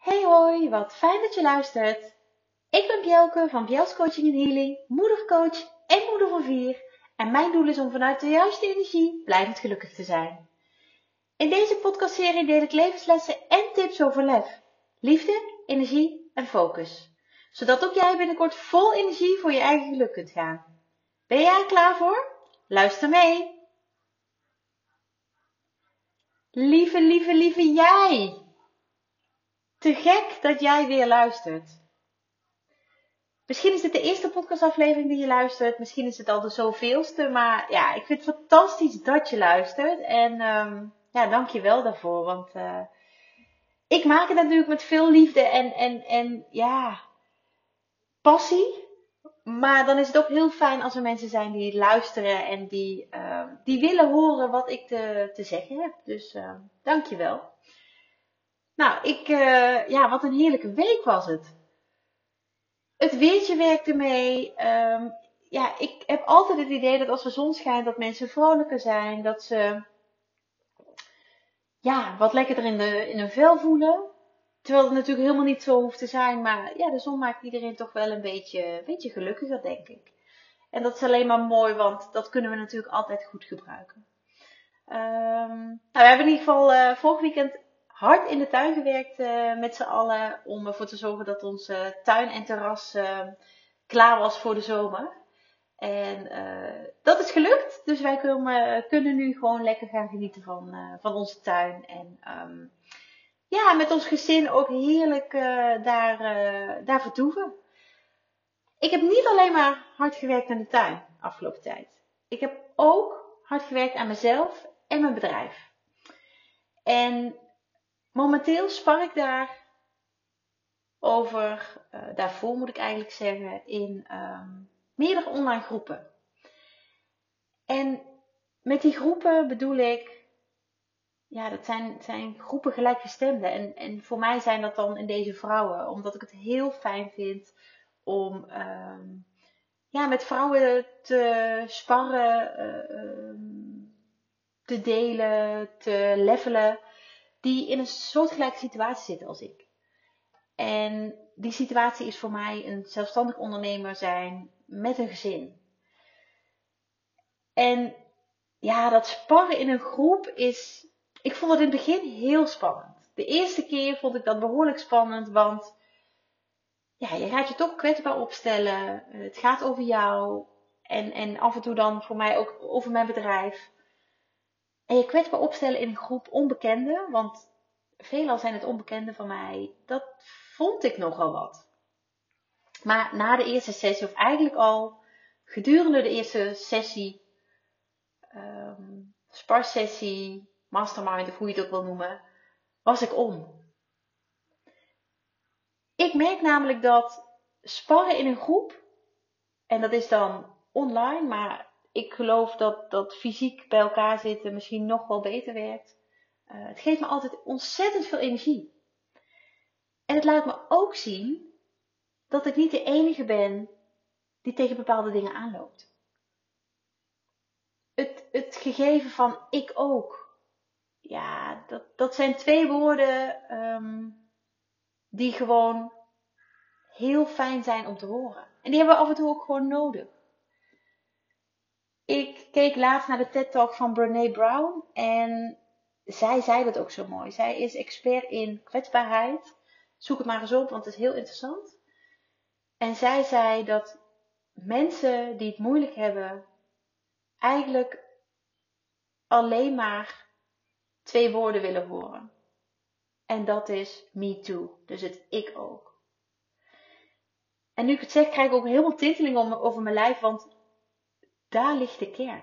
Hey hoi, wat fijn dat je luistert. Ik ben Bjelke van Bjels Coaching en Healing, moedercoach en moeder van 4. En mijn doel is om vanuit de juiste energie blijvend gelukkig te zijn. In deze podcastserie deel ik levenslessen en tips over lef, liefde, energie en focus. Zodat ook jij binnenkort vol energie voor je eigen geluk kunt gaan. Ben jij er klaar voor? Luister mee. Lieve jij. Te gek dat jij weer luistert. Misschien is dit de eerste podcastaflevering die je luistert. Misschien is het al de zoveelste. Maar ja, ik vind het fantastisch dat je luistert. En dank je wel daarvoor. Want ik maak het natuurlijk met veel liefde en passie. Maar dan is het ook heel fijn als er mensen zijn die luisteren. En die willen horen wat ik te zeggen heb. Dus dank je wel. Nou, wat een heerlijke week was het. Het weertje werkte mee. Ik heb altijd het idee dat als de zon schijnt, dat mensen vrolijker zijn. Dat ze wat lekkerder in hun vel voelen. Terwijl het natuurlijk helemaal niet zo hoeft te zijn. Maar ja, de zon maakt iedereen toch wel een beetje gelukkiger, denk ik. En dat is alleen maar mooi, want dat kunnen we natuurlijk altijd goed gebruiken. We hebben in ieder geval vorig weekend hard in de tuin gewerkt met z'n allen. Om ervoor te zorgen dat onze tuin en terras klaar was voor de zomer. En dat is gelukt. Dus wij kunnen nu gewoon lekker gaan genieten van onze tuin. En met ons gezin ook heerlijk daar vertoeven. Ik heb niet alleen maar hard gewerkt aan de tuin afgelopen tijd. Ik heb ook hard gewerkt aan mezelf en mijn bedrijf. En momenteel spar ik daarvoor moet ik eigenlijk zeggen, in meerdere online groepen. En met die groepen bedoel ik, dat zijn groepen gelijkgestemden. En voor mij zijn dat dan in deze vrouwen, omdat ik het heel fijn vind om met vrouwen te sparren, te delen, te levelen, die in een soortgelijke situatie zitten als ik. En die situatie is voor mij een zelfstandig ondernemer zijn met een gezin. En dat sparren in een groep is... Ik vond het in het begin heel spannend. De eerste keer vond ik dat behoorlijk spannend, want je gaat je toch kwetsbaar opstellen. Het gaat over jou en af en toe dan voor mij ook over mijn bedrijf. En je kwetsbaar opstellen in een groep onbekenden, want veelal zijn het onbekenden van mij. Dat vond ik nogal wat. Maar na de eerste sessie, of eigenlijk al gedurende de eerste sessie, sparsessie, mastermind of hoe je het ook wil noemen, was ik om. Ik merk namelijk dat sparren in een groep, en dat is dan online, maar ik geloof dat fysiek bij elkaar zitten misschien nog wel beter werkt. Het geeft me altijd ontzettend veel energie. En het laat me ook zien dat ik niet de enige ben die tegen bepaalde dingen aanloopt. Het gegeven van ik ook. Ja, dat zijn twee woorden die gewoon heel fijn zijn om te horen. En die hebben we af en toe ook gewoon nodig. Ik keek laatst naar de TED-talk van Brené Brown en zij zei dat ook zo mooi. Zij is expert in kwetsbaarheid. Zoek het maar eens op, want het is heel interessant. En zij zei dat mensen die het moeilijk hebben, eigenlijk alleen maar twee woorden willen horen. En dat is me too. Dus het ik ook. En nu ik het zeg, krijg ik ook helemaal tinteling over mijn lijf, want daar ligt de kern.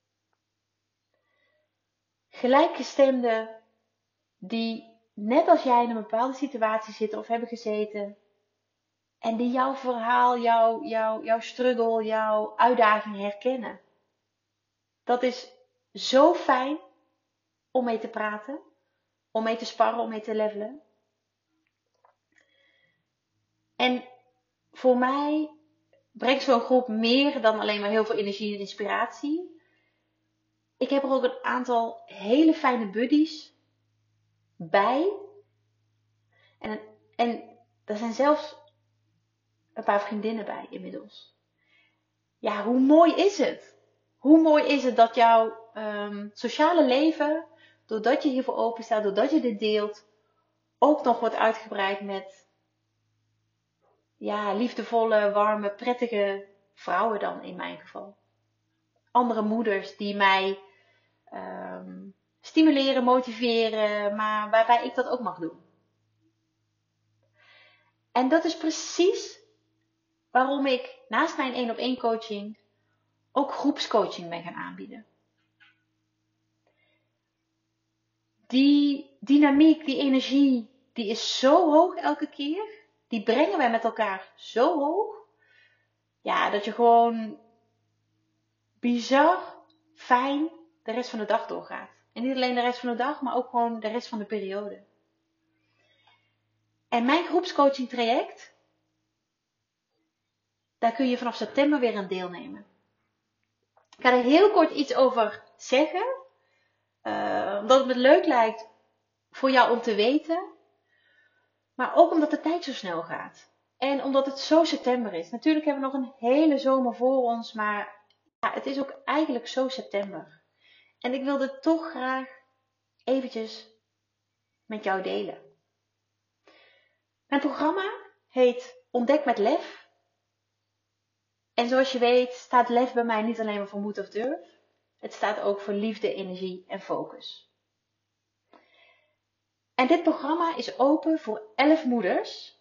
Gelijkgestemden die net als jij in een bepaalde situatie zitten of hebben gezeten. En die jouw verhaal, jouw struggle, jouw uitdaging herkennen. Dat is zo fijn om mee te praten, om mee te sparren, om mee te levelen. En voor mij brengt zo'n groep meer dan alleen maar heel veel energie en inspiratie. Ik heb er ook een aantal hele fijne buddies bij. En er zijn zelfs een paar vriendinnen bij inmiddels. Ja, hoe mooi is het? Hoe mooi is het dat jouw sociale leven, doordat je hiervoor open staat, doordat je dit deelt, ook nog wordt uitgebreid met liefdevolle, warme, prettige vrouwen dan in mijn geval. Andere moeders die mij stimuleren, motiveren, maar waarbij ik dat ook mag doen. En dat is precies waarom ik naast mijn 1-op-1 coaching ook groepscoaching ben gaan aanbieden. Die dynamiek, die energie, die is zo hoog elke keer. Die brengen wij met elkaar zo hoog. Ja, dat je gewoon bizar fijn de rest van de dag doorgaat. En niet alleen de rest van de dag, maar ook gewoon de rest van de periode. En mijn groepscoaching traject, daar kun je vanaf september weer aan deelnemen. Ik ga er heel kort iets over zeggen. Omdat het me leuk lijkt voor jou om te weten. Maar ook omdat de tijd zo snel gaat. En omdat het zo september is. Natuurlijk hebben we nog een hele zomer voor ons. Maar ja, het is ook eigenlijk zo september. En ik wilde toch graag eventjes met jou delen. Mijn programma heet Ontdek met Lef. En zoals je weet staat lef bij mij niet alleen maar voor moed of durf. Het staat ook voor liefde, energie en focus. En dit programma is open voor 11 moeders.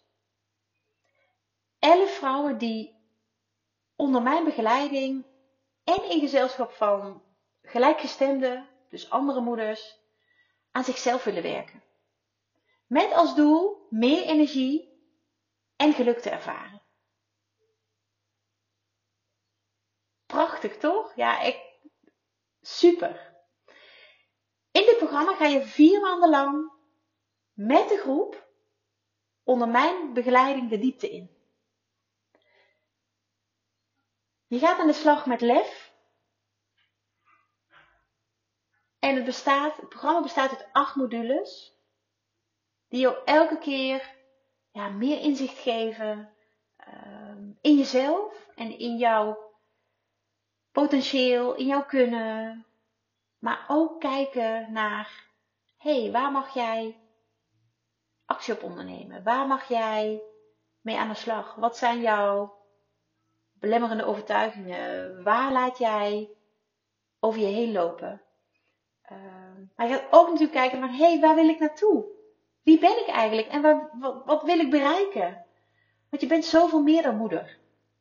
11 vrouwen die onder mijn begeleiding en in gezelschap van gelijkgestemden, dus andere moeders, aan zichzelf willen werken. Met als doel meer energie en geluk te ervaren. Prachtig toch? Ja, super. In dit programma ga je 4 maanden lang met de groep onder mijn begeleiding de diepte in. Je gaat aan de slag met lef. En het programma bestaat uit 8 modules. Die jou elke keer meer inzicht geven in jezelf en in jouw potentieel, in jouw kunnen. Maar ook kijken naar, waar mag jij actie op ondernemen? Waar mag jij mee aan de slag? Wat zijn jouw belemmerende overtuigingen? Waar laat jij over je heen lopen? Maar je gaat ook natuurlijk kijken naar, waar wil ik naartoe? Wie ben ik eigenlijk? En wat wil ik bereiken? Want je bent zoveel meer dan moeder.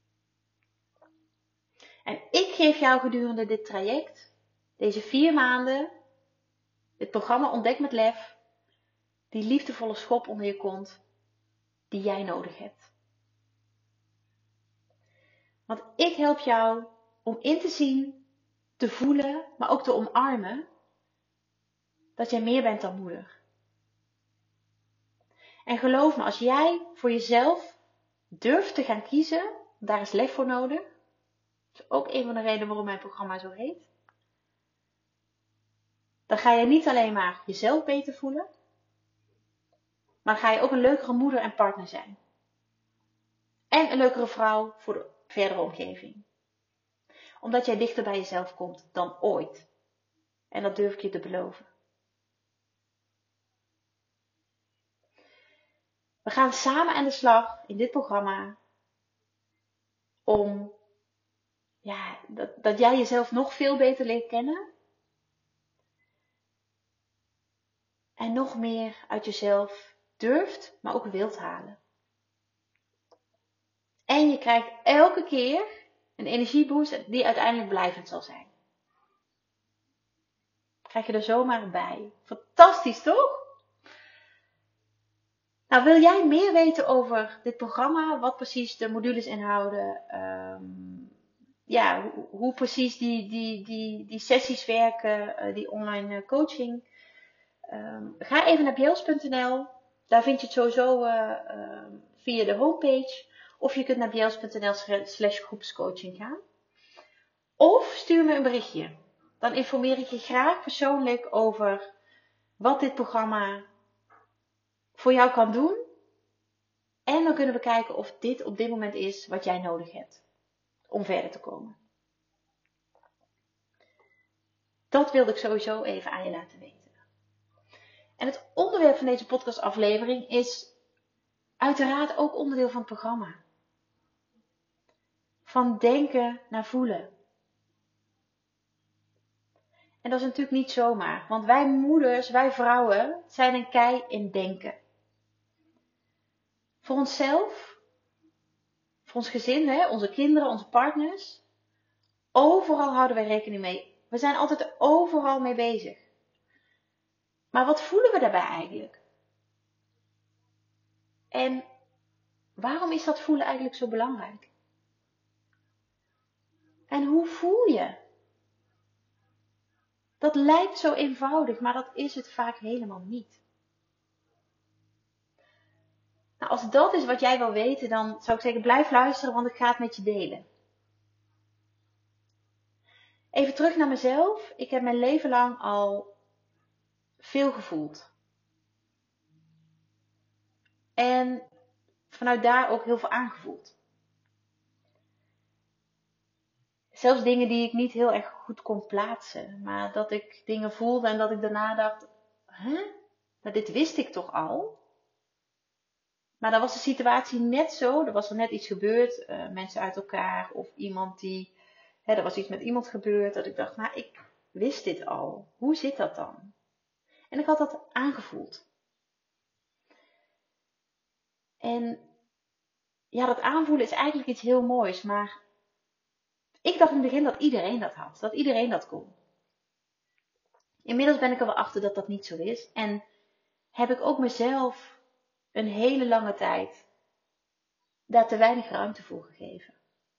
En ik geef jou gedurende dit traject, deze 4 maanden, het programma Ontdek met Lef, die liefdevolle schop onder je kont, die jij nodig hebt. Want ik help jou om in te zien, te voelen, maar ook te omarmen, dat jij meer bent dan moeder. En geloof me, als jij voor jezelf durft te gaan kiezen, daar is lef voor nodig. Dat is ook een van de redenen waarom mijn programma zo heet. Dan ga je niet alleen maar jezelf beter voelen, maar ga je ook een leukere moeder en partner zijn. En een leukere vrouw voor de verdere omgeving. Omdat jij dichter bij jezelf komt dan ooit. En dat durf ik je te beloven. We gaan samen aan de slag in dit programma om dat jij jezelf nog veel beter leert kennen. En nog meer uit jezelf durft, maar ook wilt halen. En je krijgt elke keer een energieboost die uiteindelijk blijvend zal zijn. Krijg je er zomaar bij. Fantastisch toch? Nou, wil jij meer weten over dit programma? Wat precies de modules inhouden? Hoe precies die sessies werken, die online coaching. Ga even naar bjels.nl. Daar vind je het sowieso via de homepage. Of je kunt naar bjels.nl/groepscoaching gaan. Of stuur me een berichtje. Dan informeer ik je graag persoonlijk over wat dit programma voor jou kan doen. En dan kunnen we kijken of dit op dit moment is wat jij nodig hebt om verder te komen. Dat wilde ik sowieso even aan je laten weten. En het onderwerp van deze podcastaflevering is uiteraard ook onderdeel van het programma. Van denken naar voelen. En dat is natuurlijk niet zomaar. Want wij moeders, wij vrouwen, zijn een kei in denken. Voor onszelf, voor ons gezin, onze kinderen, onze partners. Overal houden wij rekening mee. We zijn altijd overal mee bezig. Maar wat voelen we daarbij eigenlijk? En waarom is dat voelen eigenlijk zo belangrijk? En hoe voel je? Dat lijkt zo eenvoudig, maar dat is het vaak helemaal niet. Nou, als dat is wat jij wil weten, dan zou ik zeggen, blijf luisteren, want ik ga het met je delen. Even terug naar mezelf. Ik heb mijn leven lang al veel gevoeld. En vanuit daar ook heel veel aangevoeld. Zelfs dingen die ik niet heel erg goed kon plaatsen. Maar dat ik dingen voelde en dat ik daarna dacht, maar dit wist ik toch al? Maar dan was de situatie net zo. Er was er net iets gebeurd. Mensen uit elkaar of iemand die... er was iets met iemand gebeurd. Dat ik dacht, maar ik wist dit al. Hoe zit dat dan? En ik had dat aangevoeld. En ja, dat aanvoelen is eigenlijk iets heel moois. Maar ik dacht in het begin dat iedereen dat had. Dat iedereen dat kon. Inmiddels ben ik er wel achter dat dat niet zo is. En heb ik ook mezelf een hele lange tijd daar te weinig ruimte voor gegeven.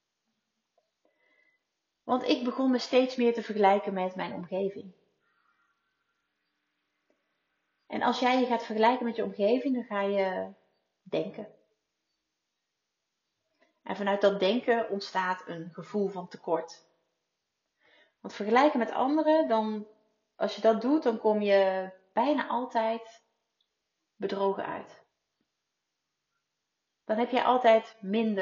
Want ik begon me steeds meer te vergelijken met mijn omgeving. En als jij je gaat vergelijken met je omgeving, dan ga je denken. En vanuit dat denken ontstaat een gevoel van tekort. Want vergelijken met anderen, dan, als je dat doet, dan kom je bijna altijd bedrogen uit. Dan heb je altijd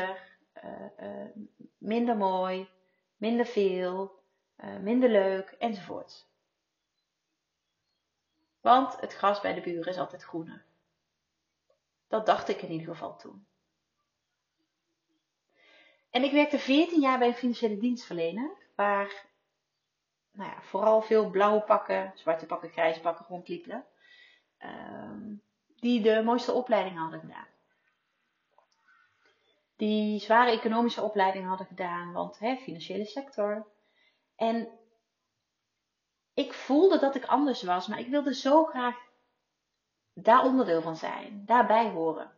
minder mooi, minder veel, minder leuk enzovoort. Want het gras bij de buren is altijd groener. Dat dacht ik in ieder geval toen. En ik werkte 14 jaar bij een financiële dienstverlener, waar vooral veel blauwe pakken, zwarte pakken, grijze pakken rondliepen, die de mooiste opleidingen hadden gedaan. Die zware economische opleidingen hadden gedaan, want financiële sector. En ik voelde dat ik anders was, maar ik wilde zo graag daar onderdeel van zijn, daarbij horen.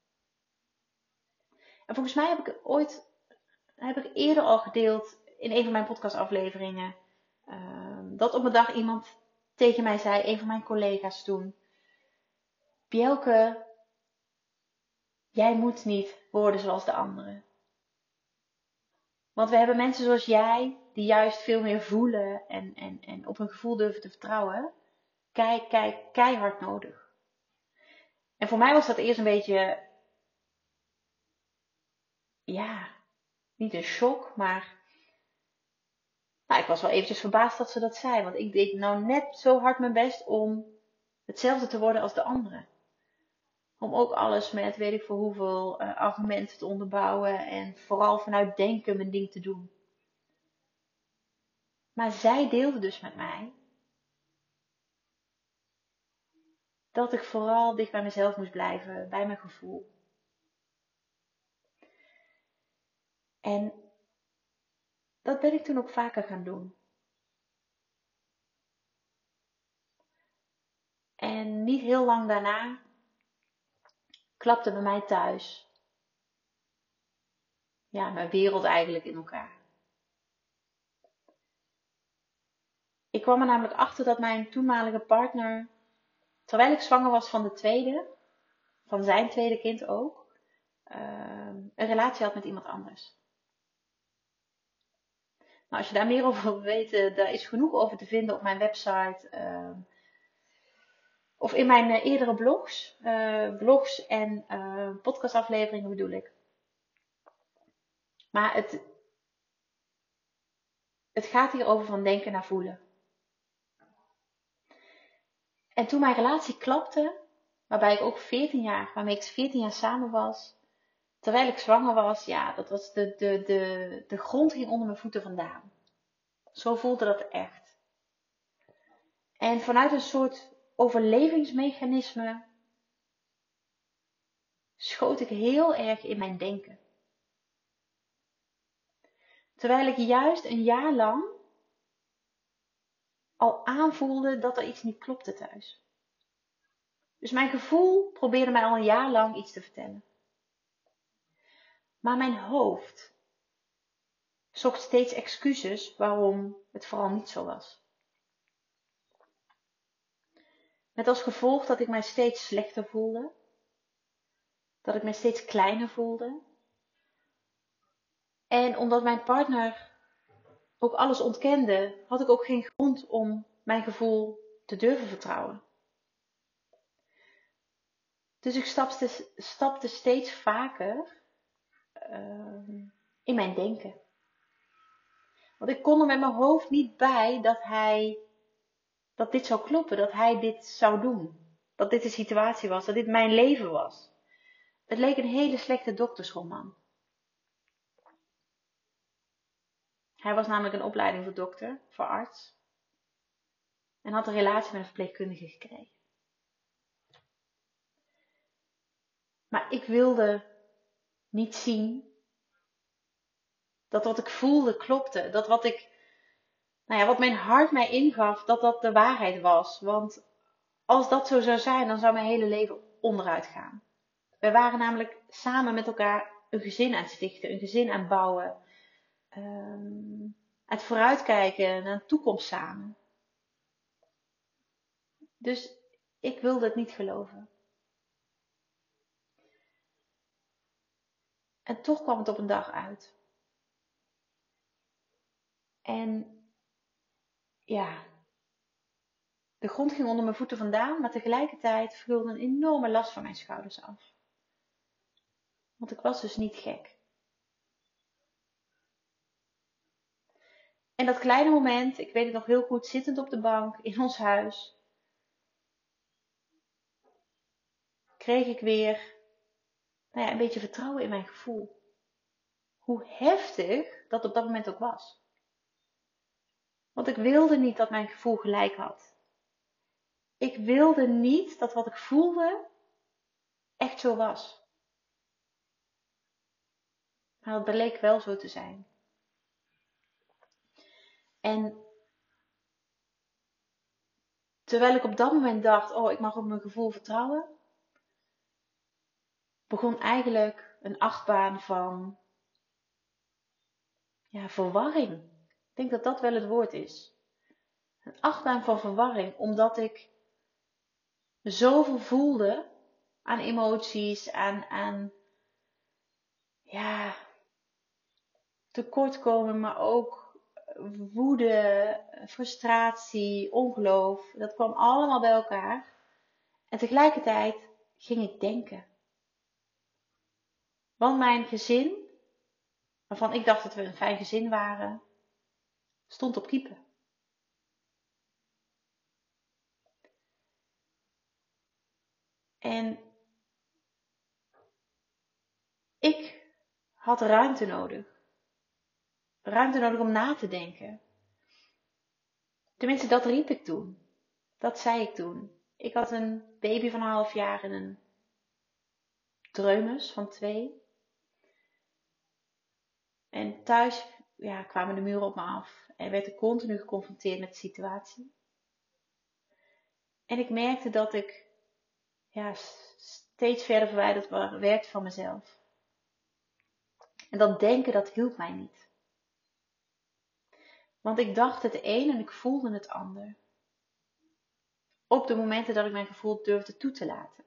En volgens mij heb ik eerder al gedeeld in een van mijn podcastafleveringen, dat op een dag iemand tegen mij zei, een van mijn collega's toen, Bjelke, jij moet niet worden zoals de anderen. Want we hebben mensen zoals jij, die juist veel meer voelen en op hun gevoel durven te vertrouwen, keihard nodig. En voor mij was dat eerst een beetje, niet een shock, maar ik was wel eventjes verbaasd dat ze dat zei. Want ik deed nou net zo hard mijn best om hetzelfde te worden als de anderen. Om ook alles met weet ik voor hoeveel argumenten te onderbouwen en vooral vanuit denken mijn ding te doen. Maar zij deelde dus met mij dat ik vooral dicht bij mezelf moest blijven, bij mijn gevoel. En dat ben ik toen ook vaker gaan doen. En niet heel lang daarna klapte bij mij thuis mijn wereld eigenlijk in elkaar. Ik kwam er namelijk achter dat mijn toenmalige partner, terwijl ik zwanger was van zijn tweede kind ook, een relatie had met iemand anders. Nou, als je daar meer over wil weten, daar is genoeg over te vinden op mijn website. Of in mijn eerdere blogs en podcastafleveringen bedoel ik. Maar het gaat hier over van denken naar voelen. En toen mijn relatie klapte, waarmee ik 14 jaar samen was, terwijl ik zwanger was, ja, dat was de grond ging onder mijn voeten vandaan. Zo voelde dat echt. En vanuit een soort overlevingsmechanisme schoot ik heel erg in mijn denken. Terwijl ik juist een jaar lang al aanvoelde dat er iets niet klopte thuis. Dus mijn gevoel probeerde mij al een jaar lang iets te vertellen. Maar mijn hoofd zocht steeds excuses waarom het vooral niet zo was. Met als gevolg dat ik mij steeds slechter voelde. Dat ik me steeds kleiner voelde. En omdat mijn partner ook alles ontkende, had ik ook geen grond om mijn gevoel te durven vertrouwen. Dus ik stapte steeds vaker in mijn denken. Want ik kon er met mijn hoofd niet bij dat dit zou kloppen, dat hij dit zou doen. Dat dit de situatie was, dat dit mijn leven was. Het leek een hele slechte doktersroman. Hij was namelijk een opleiding voor dokter, voor arts. En had een relatie met een verpleegkundige gekregen. Maar ik wilde niet zien dat wat ik voelde klopte. Dat wat mijn hart mij ingaf, dat de waarheid was. Want als dat zo zou zijn, dan zou mijn hele leven onderuit gaan. We waren namelijk samen met elkaar een gezin aan het stichten, een gezin aan het bouwen. Het vooruitkijken naar een toekomst samen. Dus ik wilde het niet geloven. En toch kwam het op een dag uit. En ja, de grond ging onder mijn voeten vandaan, maar tegelijkertijd vulde een enorme last van mijn schouders af. Want ik was dus niet gek. En dat kleine moment, ik weet het nog heel goed, zittend op de bank in ons huis, kreeg ik weer een beetje vertrouwen in mijn gevoel. Hoe heftig dat op dat moment ook was. Want ik wilde niet dat mijn gevoel gelijk had. Ik wilde niet dat wat ik voelde echt zo was. Maar het bleek wel zo te zijn. En terwijl ik op dat moment dacht, ik mag op mijn gevoel vertrouwen, begon eigenlijk een achtbaan van verwarring. Ik denk dat dat wel het woord is. Een achtbaan van verwarring, omdat ik zoveel voelde aan emoties, aan tekortkomen, maar ook woede, frustratie, ongeloof. Dat kwam allemaal bij elkaar. En tegelijkertijd ging ik denken. Want mijn gezin, waarvan ik dacht dat we een fijn gezin waren, stond op kippen. En ik had ruimte nodig. Ruimte nodig om na te denken. Tenminste, dat riep ik toen. Dat zei ik toen. Ik had een baby van 1,5 jaar en een dreumes van 2. En thuis kwamen de muren op me af. En werd ik continu geconfronteerd met de situatie. En ik merkte dat ik steeds verder verwijderd werd van mezelf. En dat denken, dat hielp mij niet. Want ik dacht het een en ik voelde het ander. Op de momenten dat ik mijn gevoel durfde toe te laten.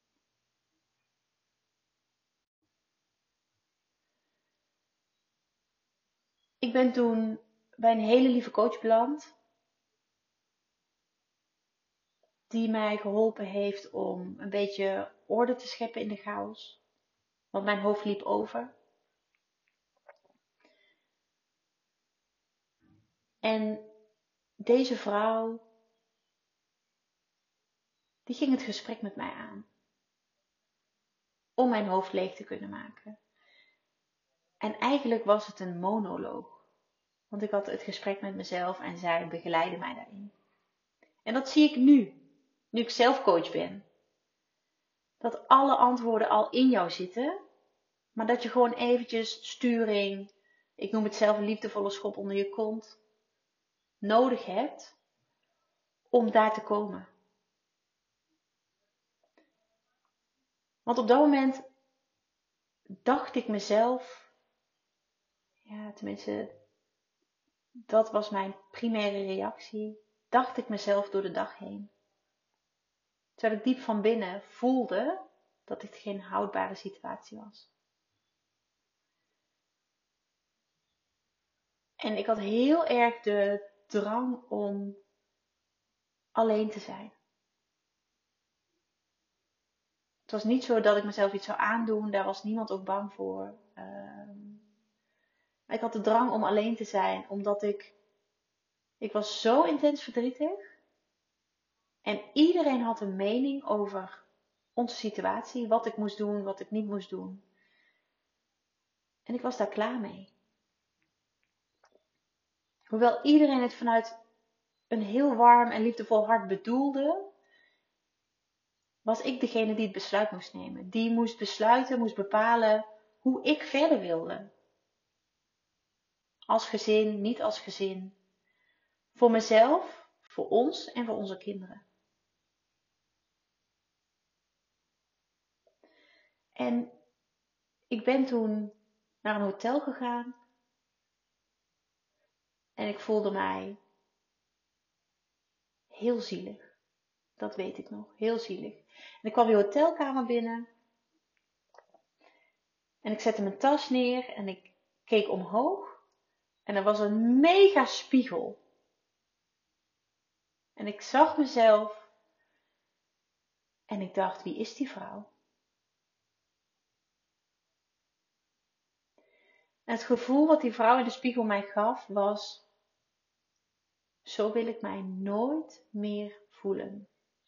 Ik ben toen bij een hele lieve coach beland. die mij geholpen heeft om een beetje orde te scheppen in de chaos. Want mijn hoofd liep over. En deze vrouw, die ging het gesprek met mij aan. Om mijn hoofd leeg te kunnen maken. En eigenlijk was het een monoloog. Want ik had het gesprek met mezelf en zij begeleidde mij daarin. En dat zie ik nu ik zelf coach ben. Dat alle antwoorden al in jou zitten. Maar dat je gewoon eventjes sturing, ik noem het zelf een liefdevolle schop onder je kont, nodig hebt om daar te komen. Want op dat moment dacht ik mezelf, ja tenminste, dat was mijn primaire reactie, dacht ik mezelf door de dag heen. Terwijl ik diep van binnen voelde dat dit geen houdbare situatie was. En ik had heel erg de drang om alleen te zijn. Het was niet zo dat ik mezelf iets zou aandoen, daar was niemand ook bang voor. Maar ik had de drang om alleen te zijn, omdat ik was zo intens verdrietig. En iedereen had een mening over onze situatie, wat ik moest doen, wat ik niet moest doen. En ik was daar klaar mee. Hoewel iedereen het vanuit een heel warm en liefdevol hart bedoelde, was ik degene die het besluit moest nemen. Die moest besluiten, moest bepalen hoe ik verder wilde. Als gezin, niet als gezin. Voor mezelf, voor ons en voor onze kinderen. En ik ben toen naar een hotel gegaan. En ik voelde mij heel zielig. Dat weet ik nog, heel zielig. En ik kwam die hotelkamer binnen. En ik zette mijn tas neer en ik keek omhoog. En er was een mega spiegel. En ik zag mezelf. En ik dacht, wie is die vrouw? En het gevoel wat die vrouw in de spiegel mij gaf was, zo wil ik mij nooit meer voelen.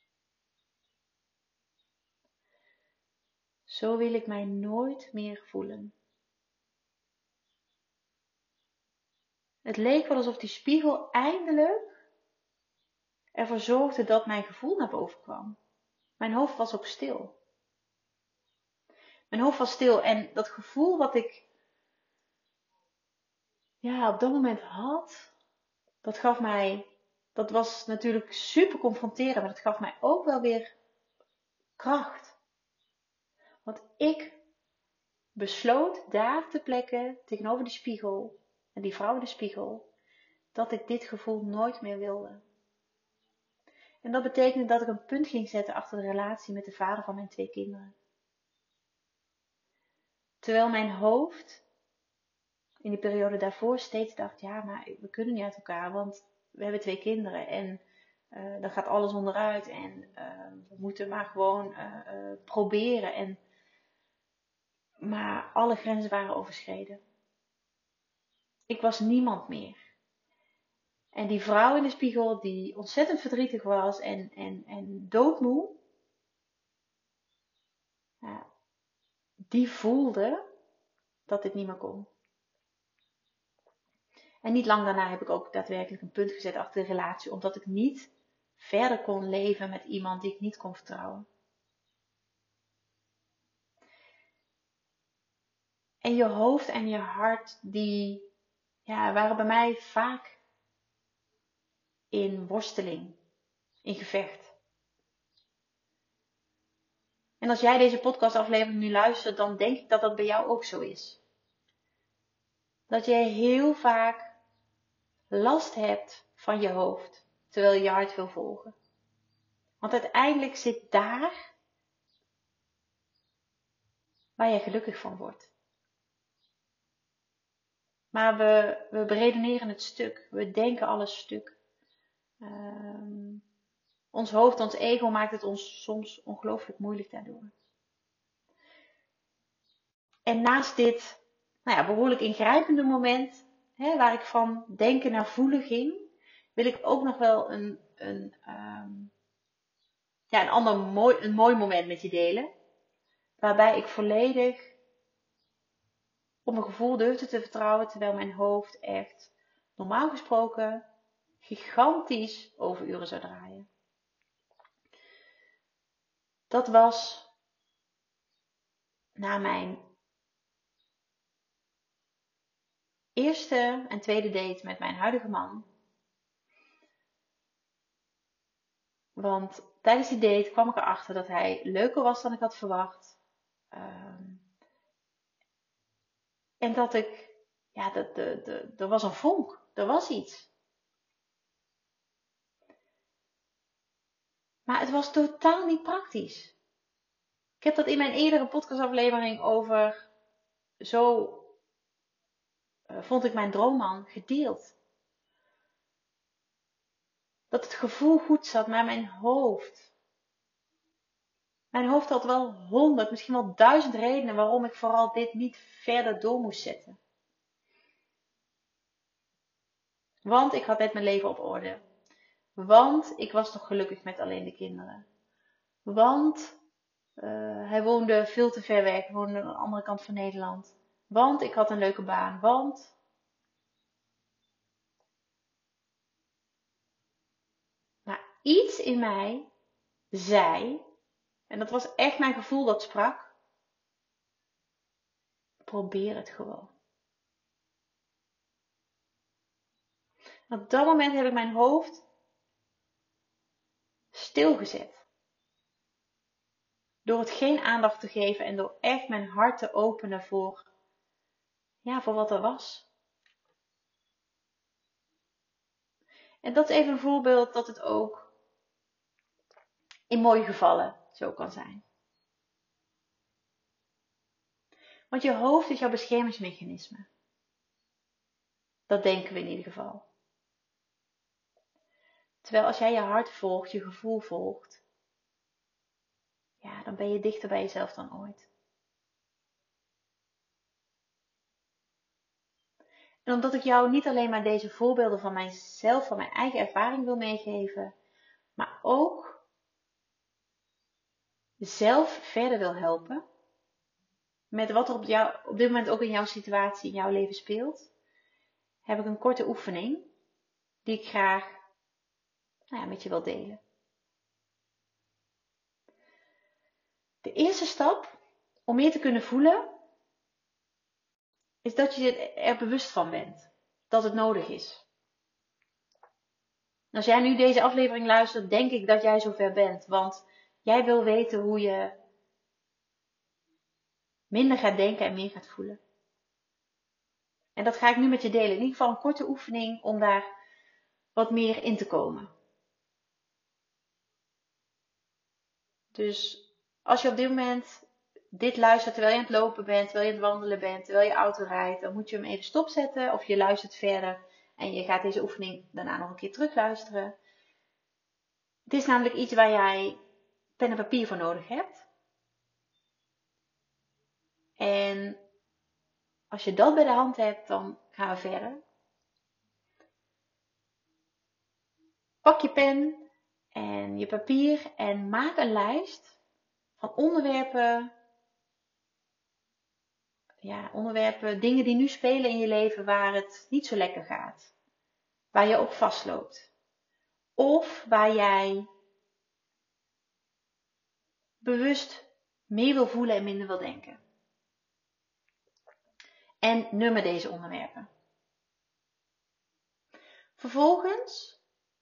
Zo wil ik mij nooit meer voelen. Het leek wel alsof die spiegel eindelijk ervoor zorgde dat mijn gevoel naar boven kwam. Mijn hoofd was ook stil. Mijn hoofd was stil en dat gevoel wat ik op dat moment had, dat was natuurlijk super confronterend, maar dat gaf mij ook wel weer kracht. Want ik besloot daar ter plekke, tegenover de spiegel, en die vrouw in de spiegel, dat ik dit gevoel nooit meer wilde. En dat betekende dat ik een punt ging zetten achter de relatie met de vader van mijn 2 kinderen. Terwijl mijn hoofd in die periode daarvoor steeds dacht, ja, maar we kunnen niet uit elkaar, want we hebben 2 kinderen en dan gaat alles onderuit en we moeten maar gewoon proberen. Maar alle grenzen waren overschreden. Ik was niemand meer. En die vrouw in de spiegel die ontzettend verdrietig was en doodmoe, ja, die voelde dat dit niet meer kon. En niet lang daarna heb ik ook daadwerkelijk een punt gezet achter de relatie, omdat ik niet verder kon leven met iemand die ik niet kon vertrouwen. En je hoofd en je hart, die waren bij mij vaak in worsteling, in gevecht. En als jij deze podcastaflevering nu luistert, dan denk ik dat dat bij jou ook zo is. Dat jij heel vaak last hebt van je hoofd, terwijl je je hart wil volgen. Want uiteindelijk zit daar waar je gelukkig van wordt. Maar we beredeneren het stuk. We denken alles stuk. Ons hoofd, ons ego maakt het ons soms ongelooflijk moeilijk daardoor. En naast dit behoorlijk ingrijpende moment, waar ik van denken naar voelen ging, wil ik ook nog wel een mooi moment met je delen. Waarbij ik volledig op mijn gevoel durfde te vertrouwen, terwijl mijn hoofd echt normaal gesproken gigantisch overuren zou draaien. Dat was na mijn eerste en tweede date met mijn huidige man. Want tijdens die date kwam ik erachter dat hij leuker was dan ik had verwacht. En dat er was een vonk, er was iets. Maar het was totaal niet praktisch. Ik heb dat in mijn eerdere podcastaflevering over zo vond ik mijn droomman gedeeld. Dat het gevoel goed zat, maar mijn hoofd. Mijn hoofd had wel 100, misschien wel 1000 redenen waarom ik vooral dit niet verder door moest zetten. Want ik had net mijn leven op orde. Want ik was nog gelukkig met alleen de kinderen. Want hij woonde veel te ver weg. Hij woonde aan de andere kant van Nederland. Want ik had een leuke baan. Want... Maar iets in mij zei, en dat was echt mijn gevoel dat sprak, probeer het gewoon. En op dat moment heb ik mijn hoofd stilgezet. Door het geen aandacht te geven en door echt mijn hart te openen voor wat er was. En dat is even een voorbeeld dat het ook in mooie gevallen zo kan zijn. Want je hoofd is jouw beschermingsmechanisme. Dat denken we in ieder geval. Terwijl als jij je hart volgt, je gevoel volgt, dan ben je dichter bij jezelf dan ooit. En omdat ik jou niet alleen maar deze voorbeelden van mijzelf, van mijn eigen ervaring wil meegeven, maar ook zelf verder wil helpen met wat er op dit moment ook in jouw situatie, in jouw leven speelt, heb ik een korte oefening die ik graag met je wil delen. De eerste stap om meer te kunnen voelen, is dat je er bewust van bent dat het nodig is. Als jij nu deze aflevering luistert, denk ik dat jij zover bent, want jij wil weten hoe je minder gaat denken en meer gaat voelen. En dat ga ik nu met je delen. In ieder geval een korte oefening om daar wat meer in te komen. Dus als je op dit moment dit luistert terwijl je aan het lopen bent, terwijl je aan het wandelen bent, terwijl je auto rijdt, dan moet je hem even stopzetten of je luistert verder en je gaat deze oefening daarna nog een keer terugluisteren. Het is namelijk iets waar jij pen en papier voor nodig hebt. En als je dat bij de hand hebt, dan gaan we verder. Pak je pen en je papier en maak een lijst van onderwerpen, dingen die nu spelen in je leven waar het niet zo lekker gaat. Waar je op vastloopt. Of waar jij bewust meer wil voelen en minder wil denken. En nummer deze onderwerpen. Vervolgens,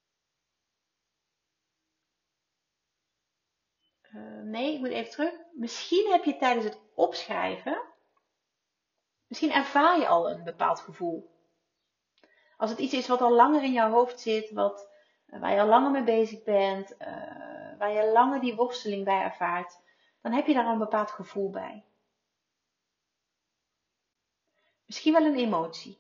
ik moet even terug. Misschien heb je tijdens het opschrijven, misschien ervaar je al een bepaald gevoel. Als het iets is wat al langer in jouw hoofd zit, waar je al langer mee bezig bent, waar je langer die worsteling bij ervaart, dan heb je daar al een bepaald gevoel bij. Misschien wel een emotie.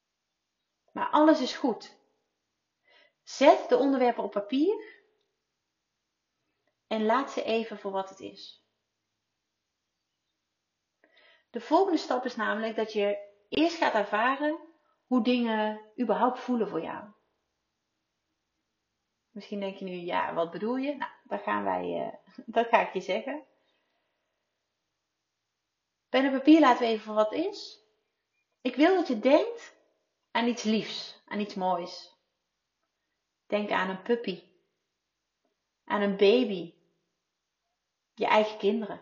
Maar alles is goed. Zet de onderwerpen op papier En laat ze even voor wat het is. De volgende stap is namelijk dat je eerst gaat ervaren hoe dingen überhaupt voelen voor jou. Misschien denk je nu, ja, wat bedoel je? Nou, dat ga ik je zeggen. Pen en papier laten we even voor wat het is. Ik wil dat je denkt aan iets liefs, aan iets moois. Denk aan een puppy, aan een baby, je eigen kinderen.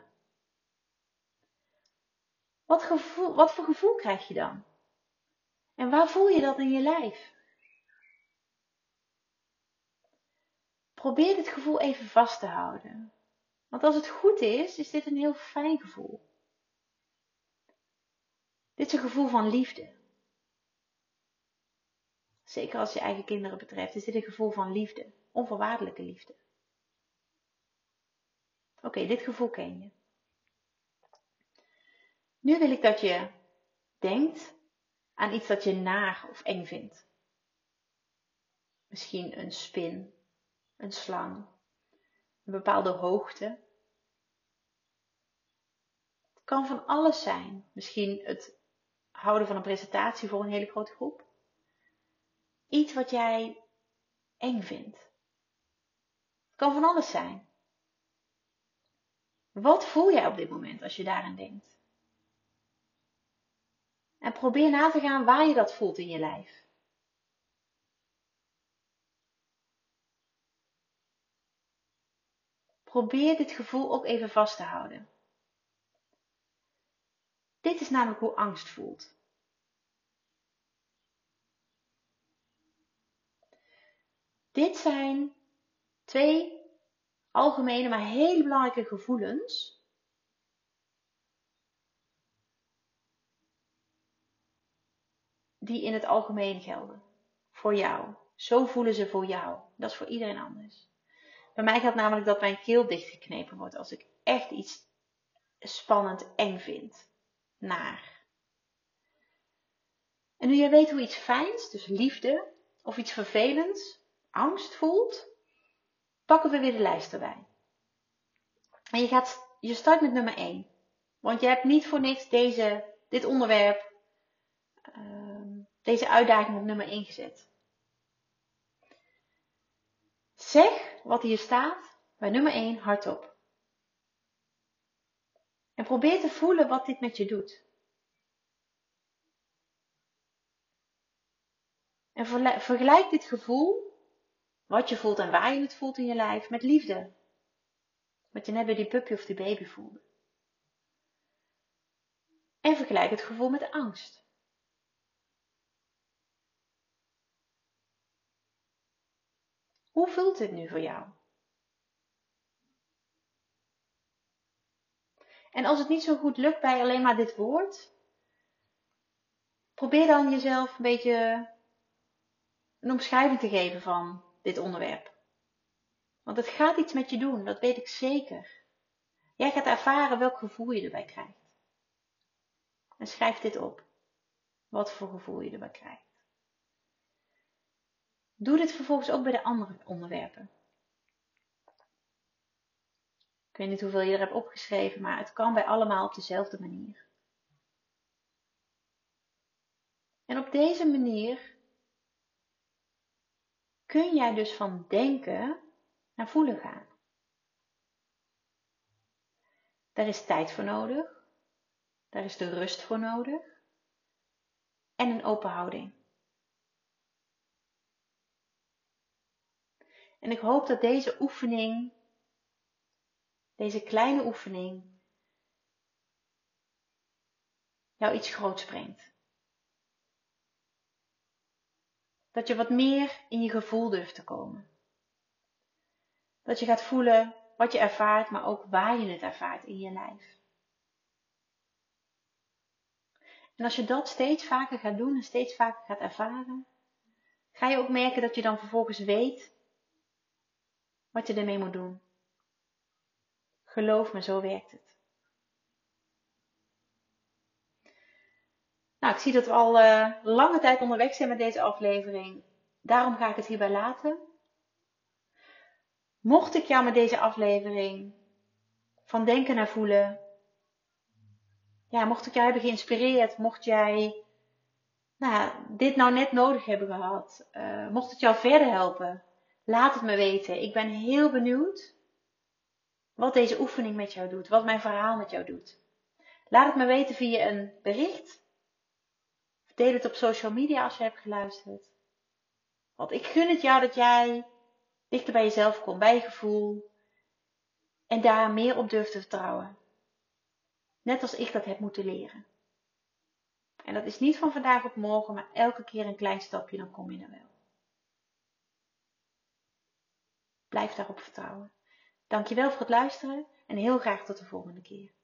Wat voor gevoel krijg je dan? En waar voel je dat in je lijf? Probeer dit gevoel even vast te houden. Want als het goed is, is dit een heel fijn gevoel. Dit is een gevoel van liefde. Zeker als je eigen kinderen betreft, is dit een gevoel van liefde. Onvoorwaardelijke liefde. Oké, dit gevoel ken je. Nu wil ik dat je denkt aan iets dat je naar of eng vindt. Misschien een spin, een slang, een bepaalde hoogte. Het kan van alles zijn. Misschien het houden van een presentatie voor een hele grote groep. Iets wat jij eng vindt. Het kan van alles zijn. Wat voel jij op dit moment als je daaraan denkt? En probeer na te gaan waar je dat voelt in je lijf. Probeer dit gevoel ook even vast te houden. Dit is namelijk hoe angst voelt. Dit zijn 2 algemene, maar hele belangrijke gevoelens. Die in het algemeen gelden. Voor jou. Zo voelen ze voor jou. Dat is voor iedereen anders. Bij mij geldt namelijk dat mijn keel dichtgeknepen wordt als ik echt iets spannend eng vind. Naar. En nu jij weet hoe iets fijns, dus liefde, of iets vervelends, angst voelt, pakken we weer de lijst erbij. En je start met nummer 1. Want je hebt niet voor niks dit onderwerp, deze uitdaging op nummer 1 gezet. Zeg wat hier staat bij nummer 1 hardop. En probeer te voelen wat dit met je doet. En vergelijk dit gevoel, wat je voelt en waar je het voelt in je lijf, met liefde. Wat je net bij die puppy of die baby voelde. En vergelijk het gevoel met angst. Hoe voelt dit nu voor jou? En als het niet zo goed lukt bij alleen maar dit woord, probeer dan jezelf een beetje een omschrijving te geven van dit onderwerp. Want het gaat iets met je doen, dat weet ik zeker. Jij gaat ervaren welk gevoel je erbij krijgt. En schrijf dit op. Wat voor gevoel je erbij krijgt. Doe dit vervolgens ook bij de andere onderwerpen. Ik weet niet hoeveel je er hebt opgeschreven, maar het kan bij allemaal op dezelfde manier. En op deze manier kun jij dus van denken naar voelen gaan. Daar is tijd voor nodig. Daar is de rust voor nodig. En een open houding. En ik hoop dat deze oefening, deze kleine oefening, jou iets groots brengt. Dat je wat meer in je gevoel durft te komen. Dat je gaat voelen wat je ervaart, maar ook waar je het ervaart in je lijf. En als je dat steeds vaker gaat doen en steeds vaker gaat ervaren, ga je ook merken dat je dan vervolgens weet wat je ermee moet doen. Geloof me, zo werkt het. Nou, ik zie dat we al lange tijd onderweg zijn met deze aflevering. Daarom ga ik het hierbij laten. Mocht ik jou met deze aflevering van denken naar voelen, ja, mocht ik jou hebben geïnspireerd, mocht jij dit nou net nodig hebben gehad, mocht het jou verder helpen, laat het me weten. Ik ben heel benieuwd wat deze oefening met jou doet, wat mijn verhaal met jou doet. Laat het me weten via een bericht. Deel het op social media als je hebt geluisterd. Want ik gun het jou dat jij dichter bij jezelf komt, bij je gevoel. En daar meer op durft te vertrouwen. Net als ik dat heb moeten leren. En dat is niet van vandaag op morgen, maar elke keer een klein stapje, dan kom je er wel. Blijf daarop vertrouwen. Dankjewel voor het luisteren en heel graag tot de volgende keer.